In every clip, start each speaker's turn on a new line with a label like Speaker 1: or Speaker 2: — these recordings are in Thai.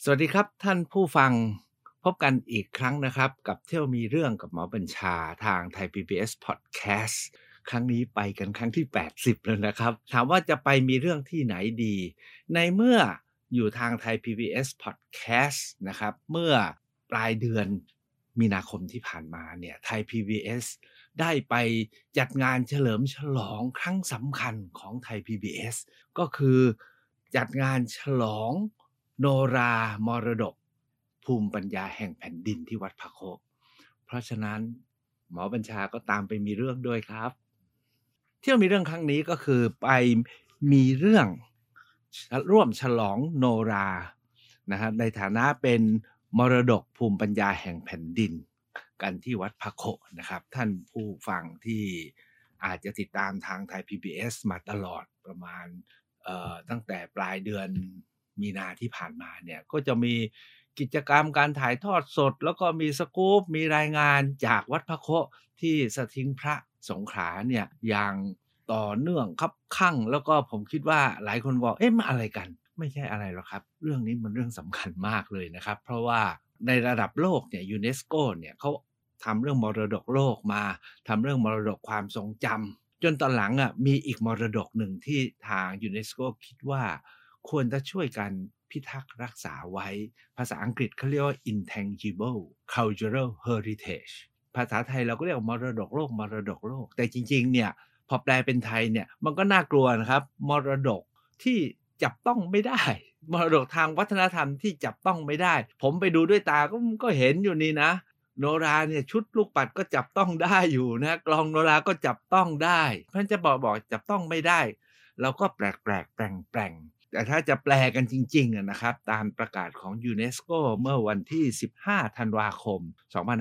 Speaker 1: สวัสดีครับท่านผู้ฟังพบกันอีกครั้งนะครับกับเที่ยวมีเรื่องกับหมอบัญชาทางไทย PBS Podcast ครั้งนี้ไปกันครั้งที่80แล้วนะครับถามว่าจะไปมีเรื่องที่ไหนดีในเมื่ออยู่ทางไทย PBS Podcast นะครับเมื่อปลายเดือนมีนาคมที่ผ่านมาเนี่ยไทย PBS ได้ไปจัดงานเฉลิมฉลองครั้งสำคัญของไทย PBS ก็คือจัดงานฉลองโนรามรดกภูมิปัญญาแห่งแผ่นดินที่วัดพระโคเพราะฉะนั้นหมอบัญชาก็ตามไปมีเรื่องด้วยครับเที่ยวมีเรื่องครั้งนี้ก็คือไปมีเรื่องร่วมฉลองโนรานะครับในฐานะเป็นมรดกภูมิปัญญาแห่งแผ่นดินกันที่วัดพระโคนะครับท่านผู้ฟังที่อาจจะติดตามทางไทย PBS มาตลอดประมาณตั้งแต่ปลายเดือนมีนาที่ผ่านมาเนี่ยก็จะมีกิจกรรมการถ่ายทอดสดแล้วก็มีสกู๊ปมีรายงานจากวัดพระโคที่สถิงพระสงขลาเนี่ยอย่างต่อเนื่องคับคั่งแล้วก็ผมคิดว่าหลายคนบอกเอ๊ะมันอะไรกันไม่ใช่อะไรหรอกครับเรื่องนี้มันเรื่องสำคัญมากเลยนะครับเพราะว่าในระดับโลกเนี่ยยูเนสโกเนี่ยเขาทำเรื่องมรดกโลกมาทำเรื่องมรดกความทรงจำจนตอนหลังมีอีกมรดกหนึ่งที่ทางยูเนสโกคิดว่าควรจะช่วยกันพิทักษ์รักษาไว้ภาษาอังกฤษเขาเรียกว่า intangible cultural heritage ภาษาไทยเราก็เรียกว่ามรดกโลกมรดกโลกแต่จริงๆเนี่ยพอแปลเป็นไทยเนี่ยมันก็น่ากลัวนะครับมรดกที่จับต้องไม่ได้มรดกทางวัฒนธรรมที่จับต้องไม่ได้ผมไปดูด้วยตาก็เห็นอยู่นี่นะโนราเนี่ยชุดลูกปัดก็จับต้องได้อยู่นะกลองโนราก็จับต้องได้เพราะฉะนั้นจะบอกจับต้องไม่ได้เราก็แปลกๆแปลงๆแต่ถ้าจะแปลกันจริงๆนะครับตามประกาศของยูเนสโกเมื่อวันที่15ธันวาคม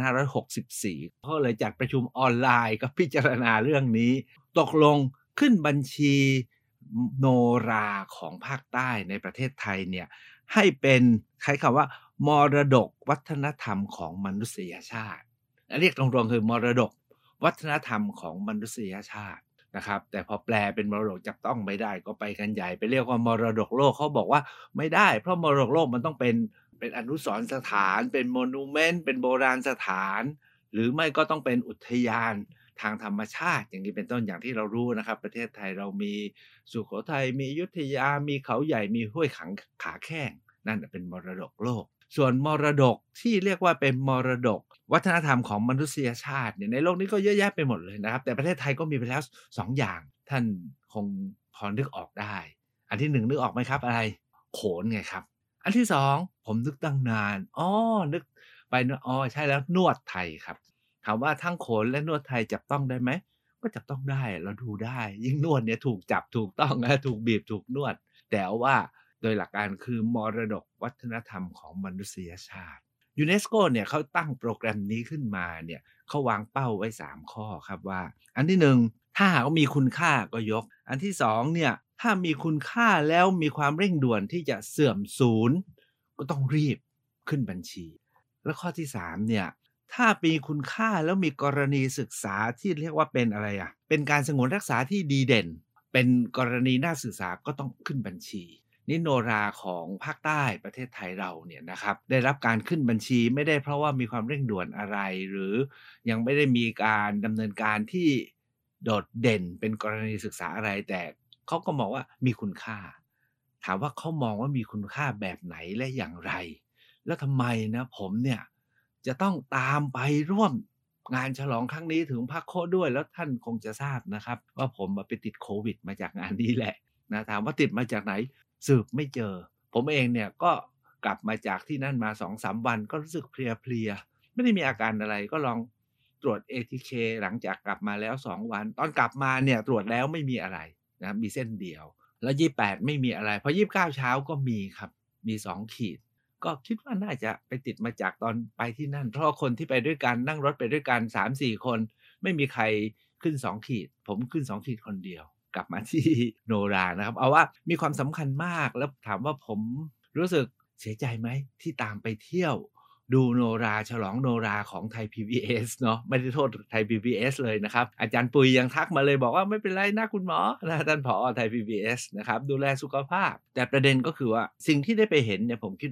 Speaker 1: 2564เขาเลยจัดประชุมออนไลน์ก็พิจารณาเรื่องนี้ตกลงขึ้นบัญชีโนราของภาคใต้ในประเทศไทยเนี่ยให้เป็นใช้คำว่ามรดกวัฒนธรรมของมนุษยชาติเรียกตรงๆคือมรดกวัฒนธรรมของมนุษยชาตินะครับแต่พอแปลเป็นมรดกจับต้องไม่ได้ก็ไปกันใหญ่ไปเรียกว่ามรดกโลกเขาบอกว่าไม่ได้เพราะมรดกโลกมันต้องเป็นอนุสรณ์สถานเป็น monument เป็นโบราณสถานหรือไม่ก็ต้องเป็นอุทยานทางธรรมชาติอย่างนี้เป็นต้นอย่างที่เรารู้นะครับประเทศไทยเรามีสุโขทัยมีอยุธยามีเขาใหญ่มีห้วยขาแข้งนั่นเป็นมรดกโลกส่วนมรดกที่เรียกว่าเป็นมรดกวัฒนธรรมของมนุษยชาติเนี่ยในโลกนี้ก็เยอะแยะไปหมดเลยนะครับแต่ประเทศไทยก็มีไปแล้ว2อย่างท่านคงพอนึกออกได้อันที่1นึกออกไหมครับอะไรโขนไงครับอันที่2ผมนึกตั้งนานนึกไปนะใช่แล้วนวดไทยครับถามว่าทั้งโขนและนวดไทยจับต้องได้ไหมก็จับต้องได้เราดูได้ยิ่งนวดเนี่ยถูกจับถูกต้องถูกบีบถูกนวดแต่ว่าโดยหลักการคือมรดกวัฒนธรรมของมนุษยชาติยูเนสโกเนี่ยเขาตั้งโปรแกรมนี้ขึ้นมาเนี่ยเขาวางเป้าไว้3ข้อครับว่าอันที่1ถ้าหากว่ามีคุณค่าก็ยกอันที่2เนี่ยถ้ามีคุณค่าแล้วมีความเร่งด่วนที่จะเสื่อมสูญก็ต้องรีบขึ้นบัญชีแล้วข้อที่3เนี่ยถ้ามีคุณค่าแล้วมีกรณีศึกษาที่เรียกว่าเป็นอะไรเป็นการสงวนรักษาที่ดีเด่นเป็นกรณีน่าศึกษาก็ต้องขึ้นบัญชีนี่โนราของภาคใต้ประเทศไทยเราเนี่ยนะครับได้รับการขึ้นบัญชีไม่ได้เพราะว่ามีความเร่งด่วนอะไรหรือยังไม่ได้มีการดำเนินการที่โดดเด่นเป็นกรณีศึกษาอะไรแต่เขาก็มองว่ามีคุณค่าถามว่าเขามองว่ามีคุณค่าแบบไหนและอย่างไรแล้วทำไมนะผมเนี่ยจะต้องตามไปร่วมงานฉลองครั้งนี้ถึงพระโคด้วยแล้วท่านคงจะทราบนะครับว่าผมไปติดโควิดมาจากงานนี้แหละนะถามว่าติดมาจากไหนสืบไม่เจอผมเองเนี่ยก็กลับมาจากที่นั่นมา2-3วันก็รู้สึกเพลียๆไม่ได้มีอาการอะไรก็ลองตรวจ ATK หลังจากกลับมาแล้ว2วันตอนกลับมาเนี่ยตรวจแล้วไม่มีอะไรนะมีเส้นเดียวแล้ว28ไม่มีอะไรพอ29เช้าก็มีครับมี2ขีด ก็คิดว่าน่าจะไปติดมาจากตอนไปที่นั่นเพราะว่าคนที่ไปด้วยกันนั่งรถไปด้วยกัน3-4คนไม่มีใครขึ้น2ขีดผมขึ้น2ขีดคนเดียวกลับมาที่โนรานะครับเอาว่ามีความสำคัญมากแล้วถามว่าผมรู้สึกเสียใจไหมที่ตามไปเที่ยวดูโนราฉลองโนราของไทย PBS เนาะไม่ได้โทษไทย PBS เลยนะครับอาจารย์ปุยยังทักมาเลยบอกว่าไม่เป็นไรนะคุณหมอนะท่านผอไทย PBS นะครับดูแลสุขภาพแต่ประเด็นก็คือว่าสิ่งที่ได้ไปเห็นเนี่ยผมคิดว่า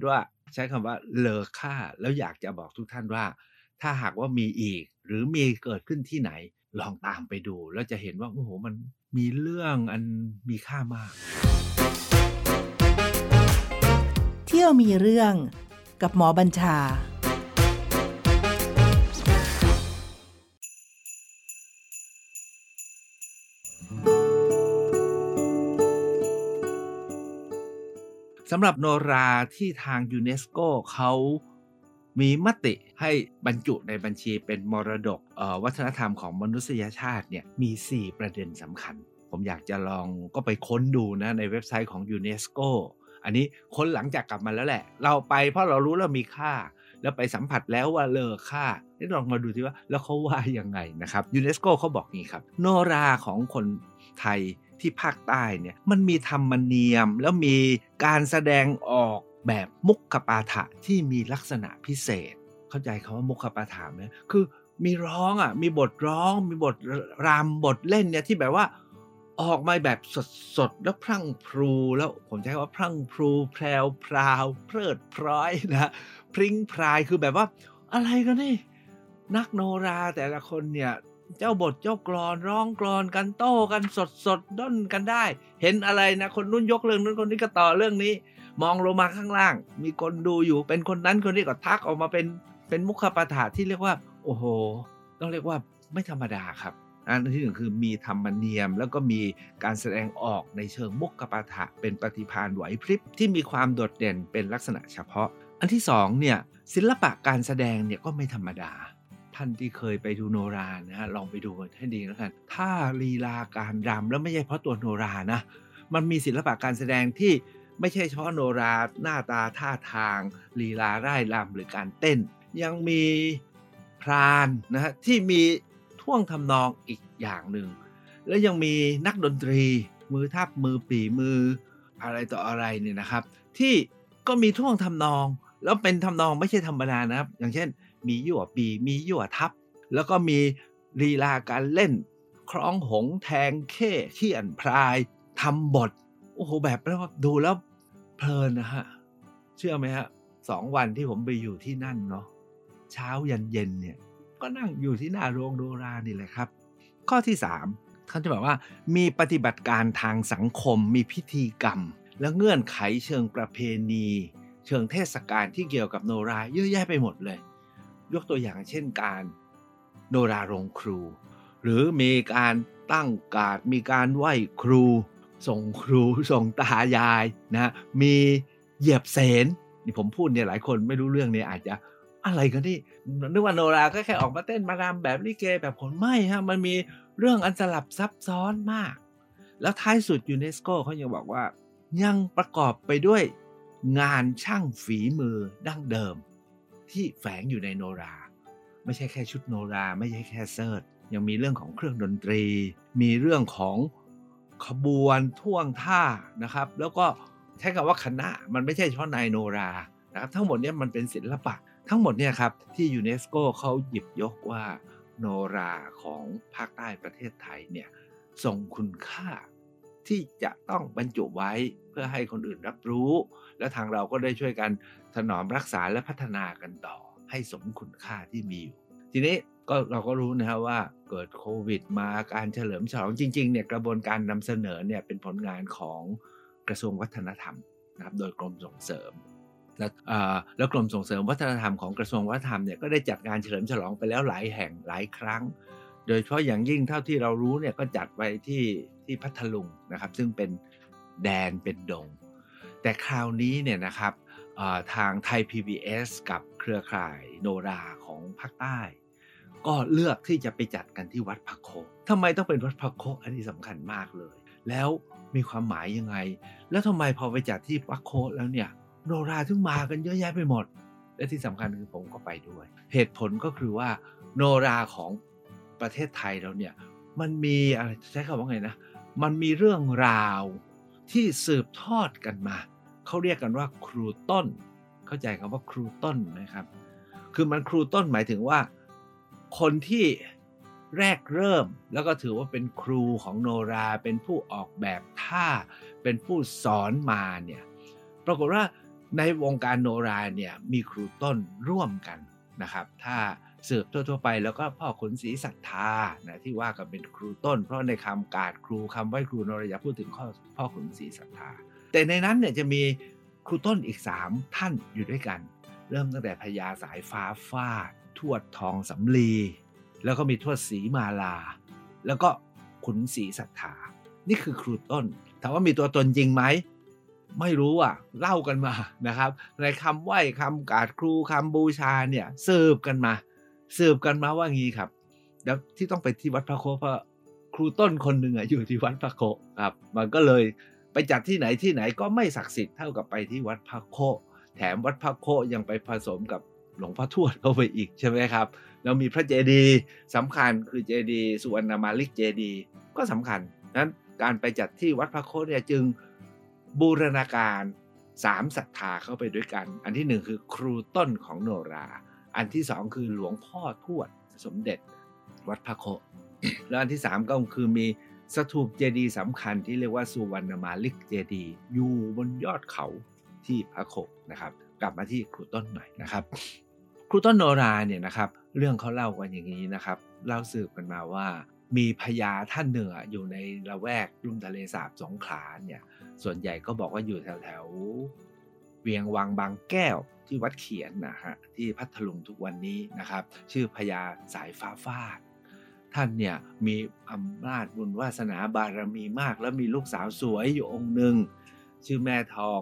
Speaker 1: ใช้คำว่าเลอค่าแล้วอยากจะบอกทุกท่านว่าถ้าหากว่ามีอีกหรือมีเกิดขึ้นที่ไหนลองตามไปดูแล้วจะเห็นว่าโอ้โหมันมีเรื่องอันมีค่ามาก
Speaker 2: เที่ยวมีเรื่องกับหมอบัญชา
Speaker 1: สำหรับโนราที่ทางยูเนสโกเขามีมติให้บรรจุในบัญชีเป็นมรดกวัฒนธรรมของมนุษยชาติเนี่ยมี4ประเด็นสำคัญผมอยากจะลองก็ไปค้นดูนะในเว็บไซต์ของยูเนสโกอันนี้ค้นหลังจากกลับมาแล้วแหละเราไปเพราะเรารู้แล้วมีค่าแล้วไปสัมผัสแล้วว่าเลอค่านี่ลองมาดูทีว่าแล้วเขาว่ายังไงนะครับยูเนสโกเขาบอกงี้ครับโนราของคนไทยที่ภาคใต้เนี่ยมันมีธรรมเนียมแล้วมีการแสดงออกแบบมุขปาฐะที่มีลักษณะพิเศษเข้าใจคำว่ามุขปาฐะไหมคือมีร้องมีบทร้องมีบทรำบทเล่นเนี่ยที่แบบว่าออกมาแบบสดๆแล้วพรั่งพรูแล้วผมใช้คำว่าพรั่งพรูแพรวพราวเพลิดเพร้อยนะพริ้งพรายคือแบบว่าอะไรกันนี่นักโนราแต่ละคนเนี่ยเจ้าบทเจ้ากลอนร้องกลอนกันโต้กันสดๆด้นกันได้เห็นอะไรนะคนนู้นยกเรื่องนู้นคนนี้ก็ต่อเรื่องนี้มองลงมาข้างล่างมีคนดูอยู่เป็นคนนั้นคนนี้ก็ทักออกมาเป็นมุขปาฐะที่เรียกว่าโอ้โหต้องเรียกว่าไม่ธรรมดาครับอันที่หนึ่งคือมีธรรมเนียมแล้วก็มีการแสดงออกในเชิงมุขปาฐะเป็นปฏิภาณไหวพริบที่มีความโดดเด่นเป็นลักษณะเฉพาะอันที่สองเนี่ยศิลปะการแสดงเนี่ยก็ไม่ธรรมดาท่านที่เคยไปดูโนรานะฮะลองไปดูกันให้ดีแล้วกันถ้าลีลาการรำแล้วไม่ใช่เพราะตัวโนรานะมันมีศิลปะการแสดงที่ไม่ใช่เฉพาะโนราหน้าตาท่าทางลีลาร่ายรำหรือการเต้นยังมีพรานนะฮะที่มีท่วงทำนองอีกอย่างหนึ่งแล้วยังมีนักดนตรีมือทับมือปี่มืออะไรต่ออะไรเนี่ยนะครับที่ก็มีท่วงทำนองแล้วเป็นทำนองไม่ใช่ธรรมดานะครับอย่างเช่นมียั่วปี่มียั่วทับแล้วก็มีลีลาการเล่นคล้องหงแทงเข้เขี่ยนพรายทำบทโอ้โหแบบแล้วดูแล้วเพลินนะฮะเชื่อไหมฮะ2 วันที่ผมไปอยู่ที่นั่นเนาะเช้ายันเย็นเนี่ยก็นั่งอยู่ที่หน้าโรงโนรานี่แหละครับข้อที่3เขาจะบอกว่ามีปฏิบัติการทางสังคมมีพิธีกรรมและเงื่อนไขเชิงประเพณีเชิงเทศกาลที่เกี่ยวกับโนราเยอะแยะไปหมดเลยยกตัวอย่างเช่นการโนราโรงครูหรือมีการตั้งการ์ดมีการไหว้ครูส่งครูส่งตายายนะมีเหยียบเสนนี่ผมพูดเนี่ยหลายคนไม่รู้เรื่องเนี่ยอาจจะอะไรกันนี่นึกว่าโนราก็แค่ออกมาเต้นมารำแบบลิเกแบบผลไม่ฮะมันมีเรื่องอันสลับซับซ้อนมากแล้วท้ายสุดยูเนสโกเขายังบอกว่ายังประกอบไปด้วยงานช่างฝีมือดั้งเดิมที่แฝงอยู่ในโนราไม่ใช่แค่ชุดโนราไม่ใช่แค่เสิร์ธยังมีเรื่องของเครื่องดนตรีมีเรื่องของขบวนท่วงท่านะครับแล้วก็ใช้คำว่าคณะมันไม่ใช่เฉพาะนายโนรานะครับทั้งหมดนี้มันเป็นศิลปะทั้งหมดเนี่ยครับที่ยูเนสโกเขาหยิบยกว่าโนราของภาคใต้ประเทศไทยเนี่ยทรงคุณค่าที่จะต้องบรรจุไว้เพื่อให้คนอื่นรับรู้และทางเราก็ได้ช่วยกันถนอมรักษาและพัฒนากันต่อให้สมคุณค่าที่มีอยู่ทีนี้ก็เราก็รู้นะครับว่าเกิดโควิดมาการเฉลิมฉลองจริงๆเนี่ยกระบวนการนำเสนอเนี่ยเป็นผลงานของกระทรวงวัฒนธรรมนะครับโดยกรมส่งเสริมแล้วกรมส่งเสริมวัฒนธรรมของกระทรวงวัฒนธรรมเนี่ยก็ได้จัดงานเฉลิมฉลองไปแล้วหลายแห่งหลายครั้งโดยเฉพาะอย่างยิ่งเท่าที่เรารู้เนี่ยก็จัดไว้ที่พัทลุงนะครับซึ่งเป็นแดนเป็นดงแต่คราวนี้เนี่ยนะครับทางไทย PBS กับเครือข่ายโนราของภาคใต้ก็เลือกที่จะไปจัดกันที่วัดพระโคทำไมต้องเป็นวัดพระโคอันนี้สำคัญมากเลยแล้วมีความหมายยังไงแล้วทำไมพอไปจัดที่พระโคแล้วเนี่ยโนราถึงมากันเยอะแยะไปหมดและที่สำคัญคือผมก็ไปด้วยเหตุผลก็คือว่าโนราของประเทศไทยเราเนี่ยมันมีอะไรใช้คำว่าไงนะมันมีเรื่องราวที่สืบทอดกันมาเขาเรียกกันว่าครูต้นเข้าใจคำว่าครูต้นไหมครับคือมันครูต้นหมายถึงว่าคนที่แรกเริ่มแล้วก็ถือว่าเป็นครูของโนราเป็นผู้ออกแบบท่าเป็นผู้สอนมาเนี่ยปรากฏว่าในวงการโนราเนี่ยมีครูต้นร่วมกันนะครับถ้าสืบทั่วๆไปแล้วก็พ่อขุนศรีศรัทธานะที่ว่ากันเป็นครูต้นเพราะในคำกาดครูคำไหว้ครูโนราอย่าพูดถึงพ่อขุนศรีศรัทธาแต่ในนั้นเนี่ยจะมีครูต้นอีก3ท่านอยู่ด้วยกันเริ่มตั้งแต่พญาสายฟ้าฟาดทวดทองสำลีแล้วก็มีทวดศรีมาลาแล้วก็ขุนศรีศรัทธานี่คือครูต้นถามว่ามีตัวตนจริงไหมไม่รู้อ่ะเล่ากันมานะครับในคำไหว้คำกาดครูคำบูชาเนี่ยสืบกันมาว่างี้ครับแล้วที่ต้องไปที่วัดพระโคเพราะครูต้นคนหนึ่งอยู่ที่วัดพระโคครับมันก็เลยไปจัดที่ไหนก็ไม่ศักดิ์สิทธิ์เท่ากับไปที่วัดพระโคแถมวัดพระโคยังไปผสมกับหลวงพ่อทวดเข้าไปอีกใช่ไหมครับแล้วมีพระเจดีย์สำคัญคือเจดีย์สุวรรณมาลิกเจดีย์ก็สำคัญนั้นการไปจัดที่วัดพระโคเนี่ยจึงบูรณาการ3ศรัทธาเข้าไปด้วยกันอันที่1คือครูต้นของโนราอันที่2คือหลวงพ่อทวดสมเด็จวัดพระโค แล้วอันที่3ก็คือมีสถูปเจดีย์สำคัญที่เรียกว่าสุวรรณมาลิกเจดีย์อยู่บนยอดเขาที่พระโคนะครับกลับมาที่ครูต้นหน่อยนะครับครูต้นโนราเนี่ยนะครับเรื่องเขาเล่ากันอย่างนี้นะครับเล่าสืบกันมาว่ามีพญาท่านหนึ่งอยู่ในละแวกลุ่มทะเลสาบสงขลาเนี่ยส่วนใหญ่ก็บอกว่าอยู่แถวเวียงวังบางแก้วที่วัดเขียนนะฮะที่พัทลุงทุกวันนี้นะครับชื่อพญาสายฟ้าฟาดท่านเนี่ยมีอำนาจบุญวาสนาบารมีมากแล้วมีลูกสาวสวยอยู่องค์หนึ่งชื่อแม่ทอง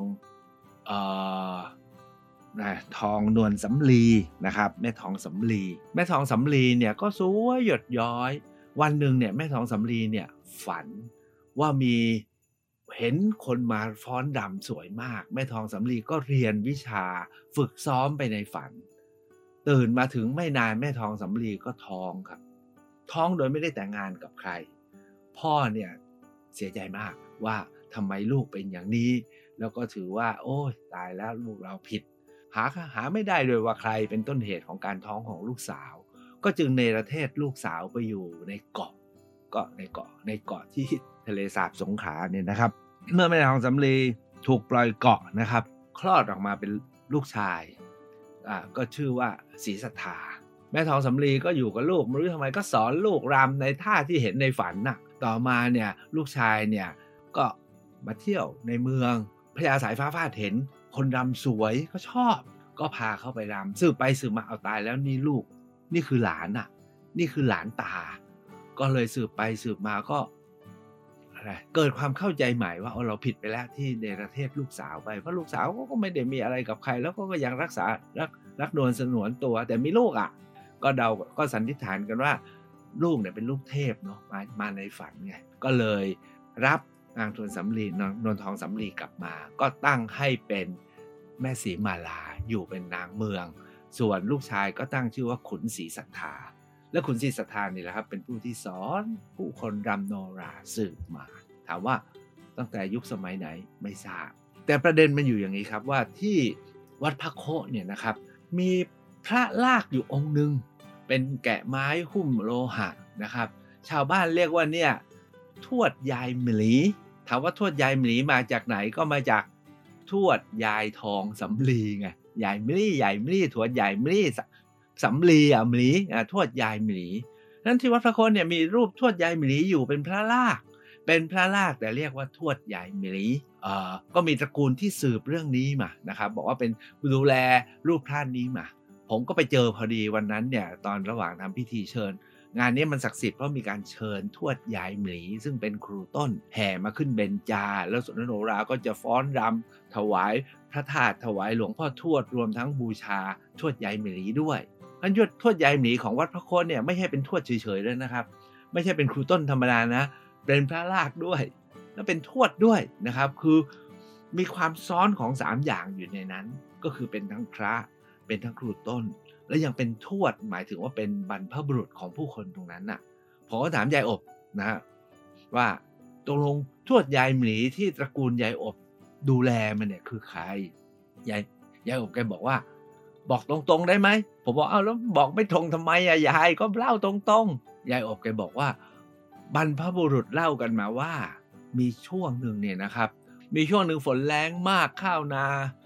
Speaker 1: ทองนวลสำลีนะครับแม่ทองสำลีเนี่ยก็สวยหยดย้อยวันหนึ่งเนี่ยแม่ทองสำลีเนี่ยฝันว่ามีเห็นคนมาฟ้อนรำสวยมากแม่ทองสำลีก็เรียนวิชาฝึกซ้อมไปในฝันตื่นมาถึงไม่นานแม่ทองสำลีก็ท้องครับท้องโดยไม่ได้แต่งงานกับใครพ่อเนี่ยเสียใจมากว่าทำไมลูกเป็นอย่างนี้แล้วก็ถือว่าโอ้ยตายแล้วลูกเราผิดหาไม่ได้เลยว่าใครเป็นต้นเหตุของการท้องของลูกสาวก็จึงเนรเทศลูกสาวไปอยู่ในเกาะที่ทะเลสาบสงขลาเนี่ยนะครับเมื่อแม่ทองสำลีถูกปล่อยเกาะนะครับคลอดออกมาเป็นลูกชายก็ชื่อว่าศรีศรัทธาแม่ทองสำลีก็อยู่กับลูกไม่รู้ทำไมก็สอนลูกรำในท่าที่เห็นในฝันน่ะต่อมาเนี่ยลูกชายเนี่ยก็มาเที่ยวในเมืองพญาสายฟ้าฟาดเห็นคนรำสวยก็ชอบก็พาเข้าไปรำสืบไปสืบมาเอาตายแล้วนี่ลูกนี่คือหลานน่ะนี่คือหลานตาก็เลยสืบไปสืบมาก็เกิดความเข้าใจใหม่ว่าเราผิดไปแล้วที่เนรเทศลูกสาวไปเพราะลูกสาวก็ไม่ได้มีอะไรกับใครแล้วก็ยังรักนวลสนวนตัวแต่มีลูกก็สันนิษฐานกันว่าลูกเนี่ยเป็นลูกเทพเนาะมาในฝันไงก็เลยรับนางนวลทองสำลีกลับมาก็ตั้งให้เป็นแม่ศรีมาลาอยู่เป็นนางเมืองส่วนลูกชายก็ตั้งชื่อว่าขุนศรีศรัทธาและขุนศรีศรัทธานี่แหละครับเป็นผู้ที่สอนผู้คนรำโนราสืบมาถามว่าตั้งแต่ยุคสมัยไหนไม่ทราบแต่ประเด็นมันอยู่อย่างนี้ครับว่าที่วัดพระโคเนี่ยนะครับมีพระลากอยู่องค์หนึ่งเป็นแกะไม้หุ้มโลหะนะครับชาวบ้านเรียกว่าเนี่ยทวดยายหมีถามว่าทวดยายหมีมาจากไหนก็มาจากทวดยายทองสำลีไงยายหมีทวดยายหมีสำลีหมีทวดยายหมีนั้นที่วัดพระโคเนี่ยมีรูปทวดยายหมีอยู่เป็นพระลากแต่เรียกว่าทวดยายหมีก็มีตระกูลที่สืบเรื่องนี้มานะครับบอกว่าเป็นดูแลรูปท่านนี้มาผมก็ไปเจอพอดีวันนั้นเนี่ยตอนระหว่างทำพิธีเชิญงานนี้มันศักดิ์สิทธิ์เพราะมีการเชิญทวดยายหมีซึ่งเป็นครูต้นแห่มาขึ้นเบญจาแล้วสนโนราก็จะฟ้อนรำถวายพระธาตุถวายหลวงพ่อทวดรวมทั้งบูชาทวดยายหมีด้วยท่านทวดยายหมีของวัดพระโคเนี่ยไม่ใช่เป็นทวดเฉยๆเลยนะครับไม่ใช่เป็นครูต้นธรรมดานะเป็นพระลากด้วยแล้วเป็นทวดด้วยนะครับคือมีความซ้อนของ3อย่างอยู่ในนั้นก็คือเป็นทั้งพระเป็นทั้งครูต้นและยังเป็นทวดหมายถึงว่าเป็นบรรพบุรุษของผู้คนตรงนั้นน่ะผมก็ถามยายอบนะว่าตกลงทวดยายหมีที่ตระกูลยายอบดูแลมันเนี่ยคือใครยายอบแกบอกว่าบอกตรงๆได้ไหมผมบอกแล้วบอกไม่ตรงทำไมยายก็เล่าตรงๆยายอบแกบอกว่าบรรพบุรุษเล่ากันมาว่ามีช่วงหนึ่งเนี่ยนะครับมีช่วงหนึ่งฝนแล้งมากข้าวนา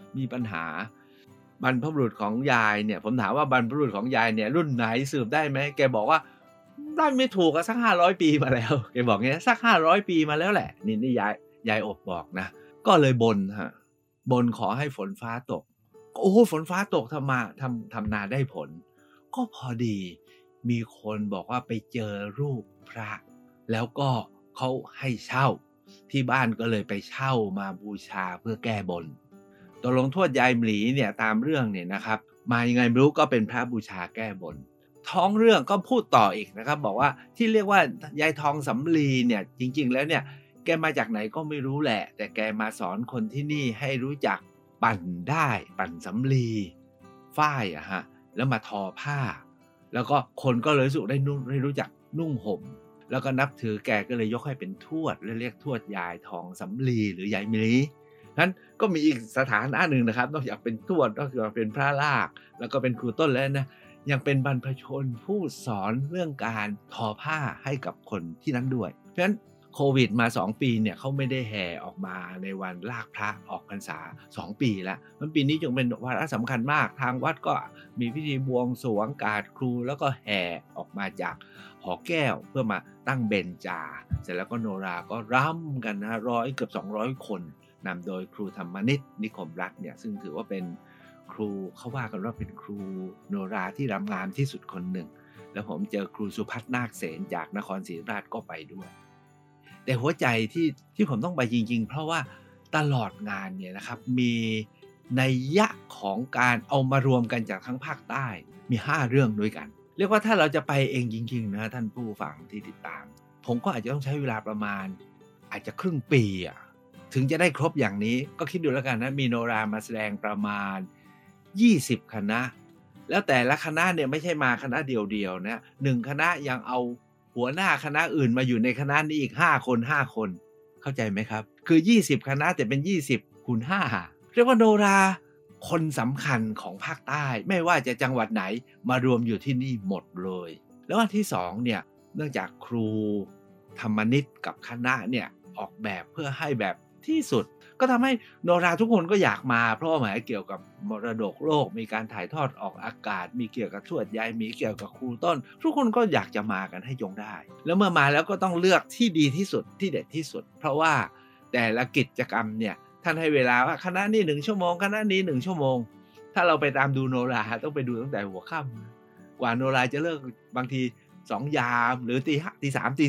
Speaker 1: มีปัญหาบรรพบุรุษของยายเนี่ยผมถามว่าบรรพบุรุษของยายเนี่ยรุ่นไหนสืบได้ไหมแกบอกว่าได้ไม่ถูกสัก500 ปีมาแล้วแกบอกเงี้ยสัก500 ปีมาแล้วแหละนี่ยายอบบอกนะก็เลยบนฮะบนขอให้ฝนฟ้าตกโอ้ฝนฟ้าตกทำนาได้ผลก็พอดีมีคนบอกว่าไปเจอรูปพระแล้วก็เขาให้เช่าที่บ้านก็เลยไปเช่ามาบูชาเพื่อแก้บนตกลงทวดยายหมีเนี่ยตามเรื่องเนี่ยนะครับมายังไงไม่รู้ก็เป็นพระบูชาแก้บนท้องเรื่องก็พูดต่ออีกนะครับบอกว่าที่เรียกว่ายายทองสำลีเนี่ยจริงๆแล้วเนี่ยแกมาจากไหนก็ไม่รู้แหละแต่แกมาสอนคนที่นี่ให้รู้จักปั่นได้ปั่นสำลีฝ้ายอะฮะแล้วมาทอผ้าแล้วก็คนก็เลยรู้สึกได้รู้จักนุ่งห่มแล้วก็นับถือแกก็เลยยกให้เป็นทวดและเรียกทวดยายทองสำลีหรือยายหมีนั้นก็มีอีกสถานะหนึ่งนะครับนอกจากเป็นทวดนอกจากเป็นพระลากแล้วก็เป็นครูต้นแล้วนะยังเป็นบรรพชนผู้สอนเรื่องการทอผ้าให้กับคนที่นั้นด้วยเพราะฉะนั้นโควิดมา2 ปีเนี่ยเขาไม่ได้แห่ออกมาในวันลากพระออกพรรษา2 ปีแล้วมันปีนี้จึงเป็นวาระสำคัญมากทางวัดก็มีพิธีบวงสรวงการครูแล้วก็แห่ออกมาจากหอแก้วเพื่อมาตั้งเบญจาเสร็จแล้วก็โนราก็ร่ำกันนะเกือบ200 คนนำโดยครูธรรมนิตนิคมรัตน์เนี่ยซึ่งถือว่าเป็นครูเขาว่ากันว่าเป็นครูโนราที่รำงามที่สุดคนหนึ่งแล้วผมเจอครูสุพัฒน์นาคเสนจากนครศรีธรรมราชก็ไปด้วยแต่หัวใจที่ผมต้องไปจริงๆเพราะว่าตลอดงานเนี่ยนะครับมีนัยยะของการเอามารวมกันจากทั้งภาคใต้มี5 เรื่องด้วยกันเรียกว่าถ้าเราจะไปเองจริงๆนะท่านผู้ฟังที่ติดตามผมก็อาจจะต้องใช้เวลาประมาณอาจจะครึ่งปีถึงจะได้ครบอย่างนี้ก็คิดดูแล้วกันนะมีโนรามาแสดงประมาณ20 คณะแล้วแต่ละคณะเนี่ยไม่ใช่มาคณะเดียวๆนะ1 คณะยังเอาหัวหน้าคณะอื่นมาอยู่ในคณะนี้อีก5 คนเข้าใจไหมครับคือ20 คณะแต่เป็น20 คูณ 5เรียกว่าโนราคนสำคัญของภาคใต้ไม่ว่าจะจังหวัดไหนมารวมอยู่ที่นี่หมดเลยแล้วอันที่2เนี่ยเนื่องจากครูธรรมนิตกับคณะเนี่ยออกแบบเพื่อให้แบบที่สุดก็ทำให้โนราทุกคนก็อยากมาเพราะว่าหมายเกี่ยวกับมรดกโลกมีการถ่ายทอดออกอากาศมีเกี่ยวกับทวดยายมีเกี่ยวกับครูต้นทุกคนก็อยากจะมากันให้จงได้แล้วเมื่อมาแล้วก็ต้องเลือกที่ดีที่สุดที่เด็ดที่สุดเพราะว่าแต่ละกิจกรรมเนี่ยท่านให้เวลาว่าคณะนี้1 ชั่วโมงคณะนี้1 ชั่วโมงถ้าเราไปตามดูโนราต้องไปดูตั้งแต่หัวค่ำกว่าโนราจะเลิกบางที2 ยามหรือตี 3 ตี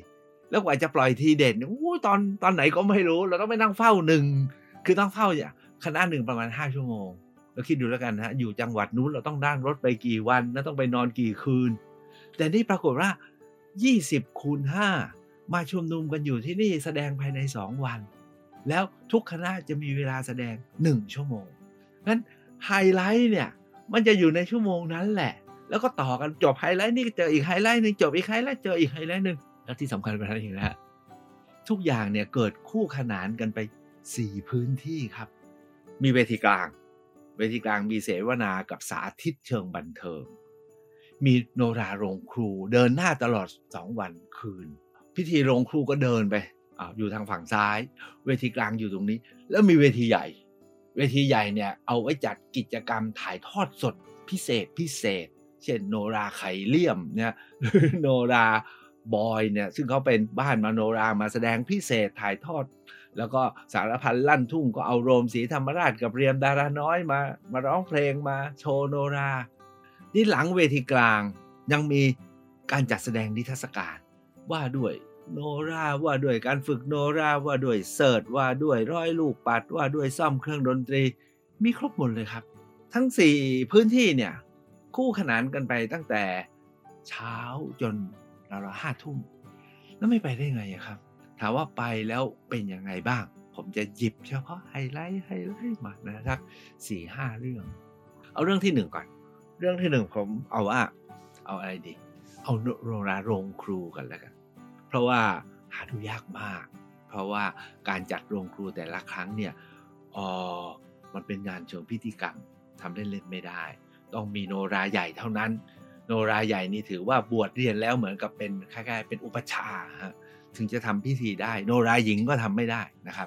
Speaker 1: 4แล้วกว่าจะปล่อยทีเด่นตอนไหนก็ไม่รู้เราต้องไปนั่งเฝ้าคือต้องเฝ้าคณะหนึ่งประมาณ5 ชั่วโมงแล้วคิดดูแล้วกันนะอยู่จังหวัดนู้นเราต้องนั่งรถไปกี่วันแล้วต้องไปนอนกี่คืนแต่นี่ปรากฏว่า20 คูณ 5มาชุมนุมกันอยู่ที่นี่แสดงภายใน2 วันแล้วทุกคณะจะมีเวลาแสดง1 ชั่วโมงงั้นไฮไลท์เนี่ยมันจะอยู่ในชั่วโมงนั้นแหละแล้วก็ต่อกันจบไฮไลท์นี่เจออีกไฮไลท์นึงจบอีกไฮไลท์เจออีกไฮไลท์นึงแล้วที่สำคัญกว่านั้นอีกนะทุกอย่างเนี่ยเกิดคู่ขนานกันไป4 พื้นที่ครับมีเวทีกลางมีเสวนากับสาธิตเชิงบันเทิงมีโนราโรงครูเดินหน้าตลอด2 วันคืนพิธีโรงครูก็เดินไปอยู่ทางฝั่งซ้ายเวทีกลางอยู่ตรงนี้แล้วมีเวทีใหญ่เนี่ยเอาไว้จัดกิจกรรมถ่ายทอดสดพิเศษเช่นโนราไข่เลี่ยมเนี่ยหรือโนราบอยเนี่ยซึ่งเขาเป็นบ้านมโนรามาแสดงพิเศษถ่ายทอดแล้วก็สารพันลั่นทุ่งก็เอาโรมศรีธรรมราชกับเรียมดาราน้อยมาร้องเพลงมาโชว์โนรานี่หลังเวทีกลางยังมีการจัดแสดงนิทรรศการว่าด้วยโนราว่าด้วยการฝึกโนราว่าด้วยเสิร์ชว่าด้วยร้อยลูกปัดว่าด้วยซ่อมเครื่องดนตรีมีครบหมดเลยครับทั้ง4 พื้นที่เนี่ยคู่ขนานกันไปตั้งแต่เช้าจนราวๆ 5 ทุ่มแล้วไม่ไปได้ไงครับถามว่าไปแล้วเป็นยังไงบ้างผมจะหยิบเฉพาะไฮไลท์มานะครับ 4-5 เรื่องเอาเรื่องที่1ก่อนเรื่องที่1ผมเอาอะไรดีเอาโนราโรงครูกันแล้วกันเพราะว่าหาดูยากมากเพราะว่าการจัดโรงครูแต่ละครั้งเนี่ยมันเป็นงานเชิงพิธีกรรมทำเล่นๆไม่ได้ต้องมีโนราใหญ่เท่านั้นโนราใหญ่นี่ถือว่าบวชเรียนแล้วเหมือนกับเป็นคล้ายๆเป็นอุปชฌาย์ถึงจะทำพิธีได้โนราหญิงก็ทำไม่ได้นะครับ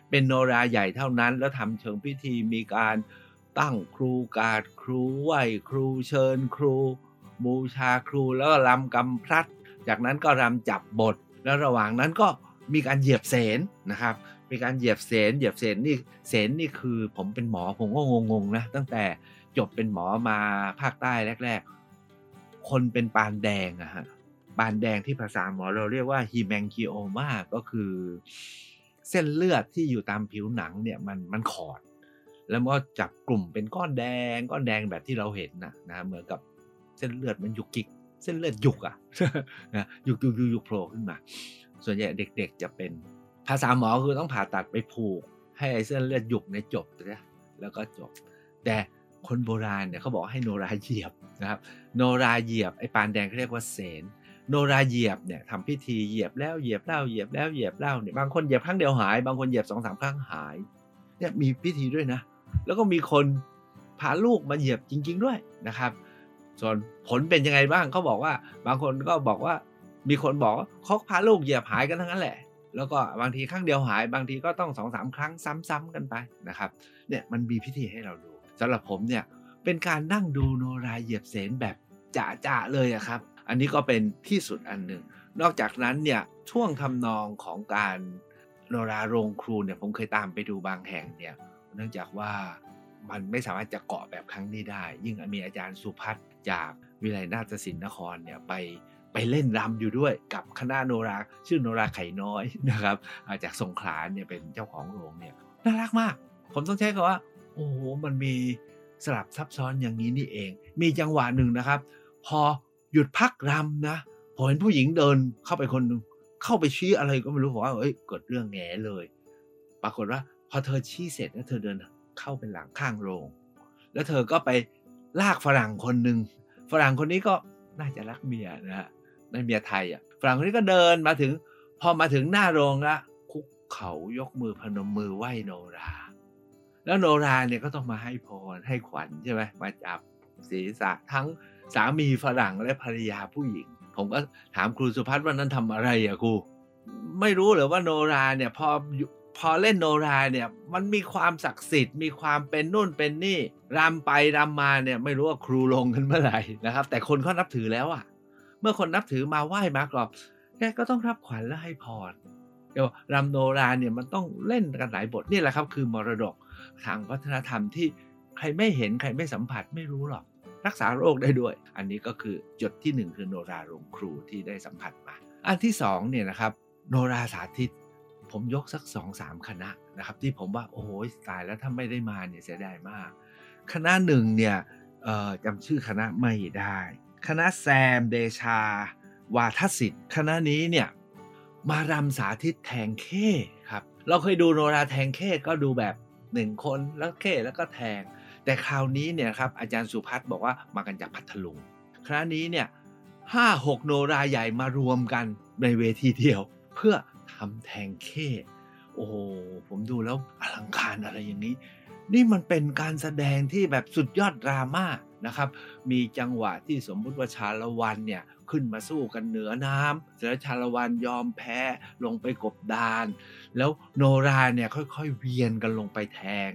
Speaker 1: เป็นโนราใหญ่เท่านั้นแล้วทำเชิงพิธีมีการตั้งครูกาดครูไหว้ครูเชิญครูบูชาครูแล้วก็รำกำพลัดจากนั้นก็รำจับบทแล้วระหว่างนั้นก็มีการเหยียบเสนนะครับมีการเหยียบเสนนี่คือผมเป็นหมอผมก็งงๆนะตั้งแต่จบเป็นหมอมาภาคใต้แรกๆคนเป็นปานแดงอะฮะปานแดงที่ภาษาหมอเราเรียกว่า Hemangioma ก็คือเส้นเลือดที่อยู่ตามผิวหนังเนี่ยมันขอดแล้วก็จับกลุ่มเป็นก้อนแดงแบบที่เราเห็นนะเหมือนกับเส้นเลือดมันยุกยิกเส้นเลือดยุกอะนะยุกโผล่ขึ้นมาส่วนใหญ่เด็กๆจะเป็นภาษาหมอคือต้องผ่าตัดไปผูกให้ไอ้เส้นเลือดยุกเนี่ยจบนะแล้วก็จบแต่คนโบราณเนี่ยเขาบอกให้โนราเหยียบนะครับโนราเหยียบไอ้ปานแดงเขาเรียกว่าเสนโนราเหยียบเนี่ยทำพิธีเหยียบแล้วเหยียบเล่าเหยียบแล้วเหยียบเล่าเนี่ยบางคนเหยียบครั้งเดียวหายบางคนเหยียบ 2-3 ครั้งหายเนี่ยมีพิธีด้วยนะแล้วก็มีคนพาลูกมาเหยียบจริงๆด้วยนะครับส่วนผลเป็นยังไงบ้างเขาบอกว่าบางคนก็บอกว่ามีคนบอกว่าเขาพาลูกเหยียบหายกันทั้งนั้นแหละแล้วก็บางทีครั้งเดียวหายบางทีก็ต้อง 2-3 ครั้งซ้ำๆกันไปนะครับเนี่ยมันมีพิธีให้เราดูสำหรับผมเนี่ยเป็นการนั่งดูโนราเหยียบเสนแบบจะๆเลยอะครับอันนี้ก็เป็นที่สุดอันหนึ่งนอกจากนั้นเนี่ยช่วงทำนองของการโนราโรงครูเนี่ยผมเคยตามไปดูบางแห่งเนี่ยเนื่องจากว่ามันไม่สามารถจะเกาะแบบครั้งนี้ได้ยิ่งมีอาจารย์สุพัฒน์จากวิไลนาฏศิลป์นครเนี่ยไปเล่นรำอยู่ด้วยกับคณะโนราชื่อโนราไข่น้อยนะครับจากสงขลาเนี่ยเป็นเจ้าของโรงเนี่ยน่ารักมากผมต้องใช้คำว่าโอ้โหมันมีสลับซับซ้อนอย่างนี้นี่เองมีจังหวะหนึ่งนะครับพอหยุดพักรำนะผมเห็นผู้หญิงเดินเข้าไปคนนึงเข้าไปชี้อะไรก็ไม่รู้บอกว่าเอ้ยเกิดเรื่องแง่เลยปรากฏว่าพอเธอชี้เสร็จแล้วเธอเดินเข้าไปหลังข้างโรงแล้วเธอก็ไปลากฝรั่งคนนึงฝรั่งคนนี้ก็น่าจะรักเมียนะฮะในเมียไทยอ่ะฝรั่งคนนี้ก็เดินมาถึงพอมาถึงหน้าโรงละคุกเข่ายกมือพนมมือไหว้โนราแล้วโนราเนี่ยก็ต้องมาให้พรให้ขวัญใช่ไหมมาจับศีรษะทั้งสามีฝรั่งและภรรยาผู้หญิงผมก็ถามครูสุพัฒน์ว่านั้นทำอะไรอ่ะครูไม่รู้เหรอว่าโนราเนี่ยพอเล่นโนราเนี่ยมันมีความศักดิ์สิทธิ์มีความเป็นนู่นเป็นนี่รำไปรำมาเนี่ยไม่รู้ว่าครูลงกันเมื่อไหร่นะครับแต่คนเขานับถือแล้วอ่ะเมื่อคนนับถือมาไหว้มากรอบแกก็ต้องรับขวัญและให้พรเดี๋ยวรำโนราเนี่ยมันต้องเล่นกันหลายบทนี่แหละครับคือมรดกทางวัฒนธรรมที่ใครไม่เห็นใครไม่สัมผัสไม่รู้หรอกรักษาโรคได้ด้วยอันนี้ก็คือจุดที่1คือโนราโรงครูที่ได้สัมผัสมาอันที่2เนี่ยนะครับโนราสาธิตผมยกสัก 2-3 คณะนะครับที่ผมว่าโอ้โหตายแล้วถ้าไม่ได้มาเนี่ยเสียดายมากคณะหนึ่งเนี่ยจำชื่อคณะไม่ได้คณะแซมเดชาวาทศิษย์คณะนี้เนี่ยมารำสาธิตแทงเข้ครับเราเคยดูโนราแทงเข้ก็ดูแบบ1คนแล้วเข้แล้วก็แทงแต่คราวนี้เนี่ยครับอาจารย์สุพัฒน์บอกว่ามากันจากพัทลุงคณะนี้เนี่ย 5-6 โนราใหญ่มารวมกันในเวทีเดียวเพื่อทำแทงเข้โอ้โหผมดูแล้วอลังการอะไรอย่างนี้นี่มันเป็นการแสดงที่แบบสุดยอดดราม่านะครับมีจังหวะที่สมมุติว่าชาละวันเนี่ยขึ้นมาสู้กันเหนือน้ำเสร็จแล้วชาละวันยอมแพ้ลงไปกบดานแล้วโนราเนี่ยค่อยๆเวียนกันลงไปแทง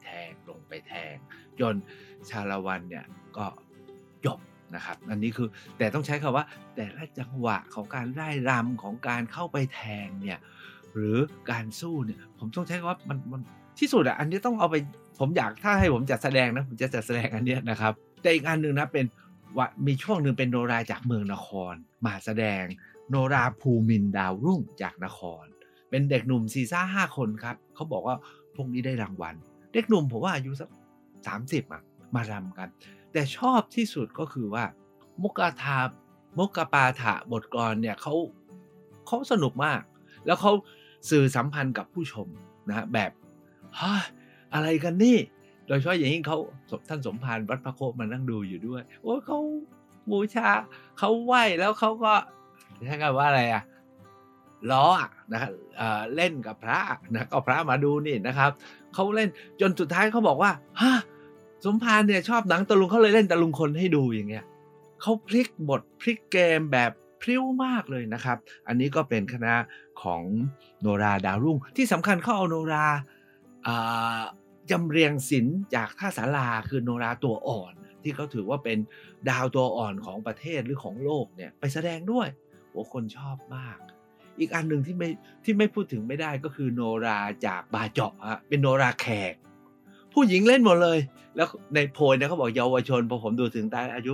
Speaker 1: จนชาละวันเนี่ยก็จบนะครับอันนี้คือแต่ต้องใช้คำว่าแต่ละจังหวะของการไล่รำของการเข้าไปแทงเนี่ยหรือการสู้เนี่ยผมต้องใช้คำว่ามันที่สุดอ่ะอันนี้ต้องเอาไปผมอยากถ้าให้ผมจัดแสดงนะผมจะจัดแสดงอันเนี้ยนะครับแต่อีกอันนึงนะเป็นว่ามีช่วงนึงเป็นโนราจากเมืองนครมาแสดงโนราภูมินทร์ดาวรุ่งจากนครเป็นเด็กหนุ่ม 4-5 คนครับเขาบอกว่าพวกนี้ได้รางวัลเด็กหนุ่มผมว่าอายุสัก30อ่ะมารำกันแต่ชอบที่สุดก็คือว่ามุกปาฐะบทกลอนเนี่ยเขาสนุกมากแล้วเขาสื่อสัมพันธ์กับผู้ชมนะแบบอะไรกันนี่โดยเฉพาะอย่างยิ่งท่านสมภารวัดพระโคมานั่งดูอยู่ด้วยโอ้เขาบูชาเขาไหว้แล้วเขาก็ใช้คำว่าอะไรอ่ะล้อนะครับเล่นกับพระนะก็พระมาดูนี่นะครับเขาเล่นจนสุดท้ายเขาบอกว่าสมภารเนี่ยชอบหนังตะลุงเขาเลยเล่นตะลุงคนให้ดูอย่างเงี้ยเขาพลิกบทพลิกเกมแบบพริ้วมากเลยนะครับอันนี้ก็เป็นคณะของโนราดาวรุ่งที่สำคัญเขาเอาโนราจำเรียงศิลป์จากท่าศาลาคือโนราตัวอ่อนที่เขาถือว่าเป็นดาวตัวอ่อนของประเทศหรือของโลกเนี่ยไปแสดงด้วยโอ้คนชอบมากอีกอันหนึ่งที่ไม่พูดถึงไม่ได้ก็คือโนราจากบาเจาะฮะเป็นโนราแขกผู้หญิงเล่นหมดเลยแล้วในโพยเนี่ยเขาบอกเยาวชนพอผมดูถึงตาอายุ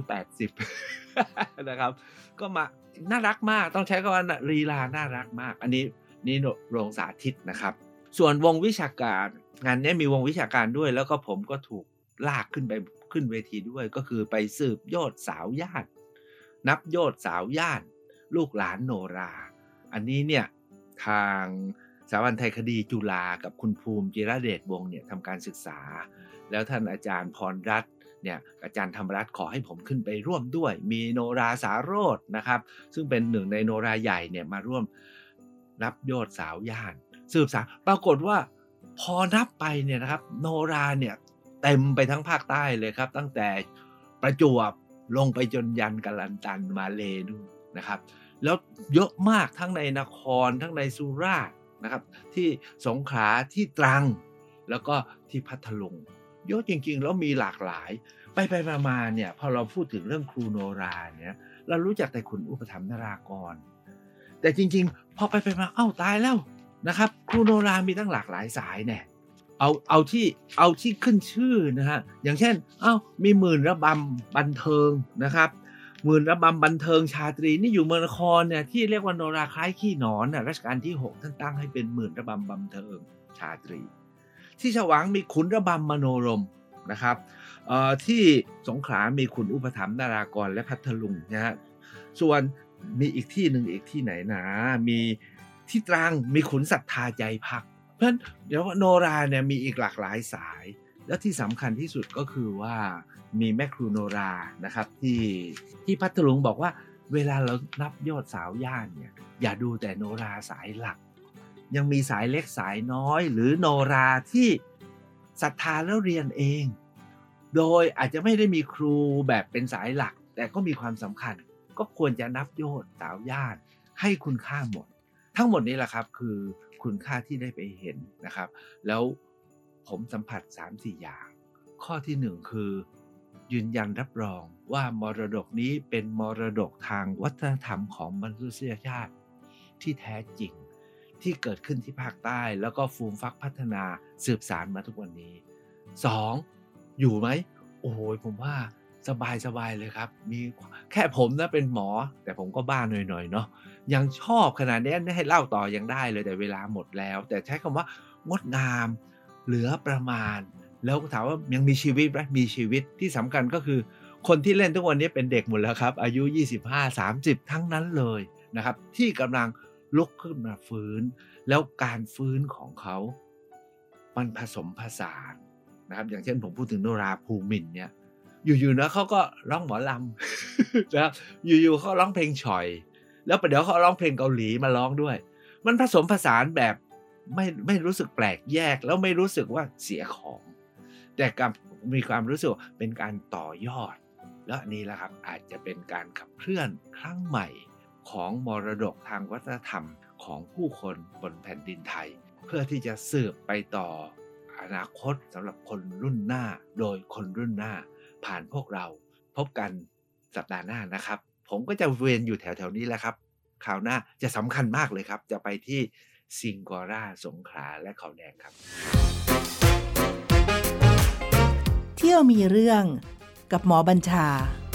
Speaker 1: 80 นะครับก็มาน่ารักมากต้องใช้คำว่าลีลาน่ารักมากอันนี้โรงสาธิตนะครับส่วนวงวิชาการงานนี้มีวงวิชาการด้วยแล้วก็ผมก็ถูกลากขึ้นเวทีด้วยก็คือไปสืบยอดสาวย่านนับยอดสาวย่านลูกหลานโนราอันนี้เนี่ยทางสถาบันไทยคดีจุฬากับคุณภูมิจิรเดชวงศ์เนี่ยทำการศึกษาแล้วท่านอาจารย์พรรัตน์เนี่ยอาจารย์ธรรมรัตน์ขอให้ผมขึ้นไปร่วมด้วยมีโนราสาโรจน์นะครับซึ่งเป็นหนึ่งในโนราใหญ่เนี่ยมาร่วมนับยอดสาวย่านสืบสาวปรากฏว่าพอนับไปเนี่ยนะครับโนราเนี่ยเต็มไปทั้งภาคใต้เลยครับตั้งแต่ประจวบลงไปจนยันกาลันตันมาเลนู่นนะครับแล้วเยอะมากทั้งในนครทั้งในสุราษฎร์นะครับที่สงขลาที่ตรังแล้วก็ที่พัทลุงเยอะจริงๆแล้วมีหลากหลายไปมาเนี่ยพอเราพูดถึงเรื่องครูโนราเนี่ยเรารู้จักแต่คุณอุปถัมภ์นรากรแต่จริงๆพอไปมาเอ้าตายแล้วนะครับครูโนรามีตั้งหลากหลายสายเนี่ยเอาที่ขึ้นชื่อนะฮะอย่างเช่นมีหมื่นระบำบันเทิงนะครับหมื่นระบำบันเทิงชาตรีนี่อยู่เมืองนครเนี่ยที่เรียกว่าโนราคล้ายขี้หนอนน่ะรัชกาลที่6ท่านตั้งให้เป็นหมื่นระบำบันเทิงชาตรีที่ฉวางมีขุนระบำมโนรมนะครับที่สงขลามีขุนอุปถัมภ์นารากรและพัทลุงนะฮะส่วนมีอีกที่หนึ่งอีกที่ไหนนะมีที่ตรังมีขุนศรัทธาใจพักเพราะฉะนั้นเดี๋ยวโนราเนี่ยมีอีกหลากหลายสายแล้วที่สำคัญที่สุดก็คือว่ามีแม่ครูโนรานะครับที่พัทลุงบอกว่าเวลาเรานับยอดสาวย่านเนี่ยอย่าดูแต่โนราสายหลักยังมีสายเล็กสายน้อยหรือโนราที่ศรัทธาแล้วเรียนเองโดยอาจจะไม่ได้มีครูแบบเป็นสายหลักแต่ก็มีความสำคัญก็ควรจะนับยอดสาวย่านให้คุณค่าหมดทั้งหมดนี้แหละครับคือคุณค่าที่ได้ไปเห็นนะครับแล้วผมสัมผัส 3-4 อย่างข้อที่1คือยืนยันรับรองว่ามรดกนี้เป็นมรดกทางวัฒนธรรมของมนุษยชาติที่แท้จริงที่เกิดขึ้นที่ภาคใต้แล้วก็ฟูมฟักพัฒนาสืบสานมาทุกวันนี้2อยู่ไหมโอ้โหผมว่าสบายเลยครับมีแค่ผมนะเป็นหมอแต่ผมก็บ้าหน่อยๆเนาะยังชอบขนาดนี้ให้เล่าต่อยังได้เลยแต่เวลาหมดแล้วแต่ใช้คำว่างดงามเหลือประมาณแล้วถามว่ายังมีชีวิตไหมมีชีวิตที่สำคัญก็คือคนที่เล่นทุกวันนี้เป็นเด็กหมดแล้วครับอายุ25-30ทั้งนั้นเลยนะครับที่กำลังลุกขึ้นมาฟื้นแล้วการฟื้นของเขามันผสมผสานนะครับอย่างเช่นผมพูดถึงโนราภูมินทร์เนี่ยอยู่ๆนะเขาก็ร้องหมอลำนะครับอยู่ๆเขาร้องเพลงฉ่อยแล้วประเดี๋ยวเขาร้องเพลงเกาหลีมาร้องด้วยมันผสมผสานแบบไม่รู้สึกแปลกแยกแล้วไม่รู้สึกว่าเสียของแต่กับมีความรู้สึกเป็นการต่อยอดแล้วนี่แหละครับอาจจะเป็นการขับเคลื่อนครั้งใหม่ของมรดกทางวัฒนธรรมของผู้คนบนแผ่นดินไทยเพื่อที่จะสืบไปต่ออนาคตสำหรับคนรุ่นหน้าโดยคนรุ่นหน้าผ่านพวกเราพบกันสัปดาห์หน้านะครับผมก็จะเวียนอยู่แถวๆนี้แหละครับคราวหน้าจะสำคัญมากเลยครับจะไปที่ซิงกอร่าสงขลาและเขาแดงครับ
Speaker 2: เที่ยวมีเรื่องกับหมอบัญชา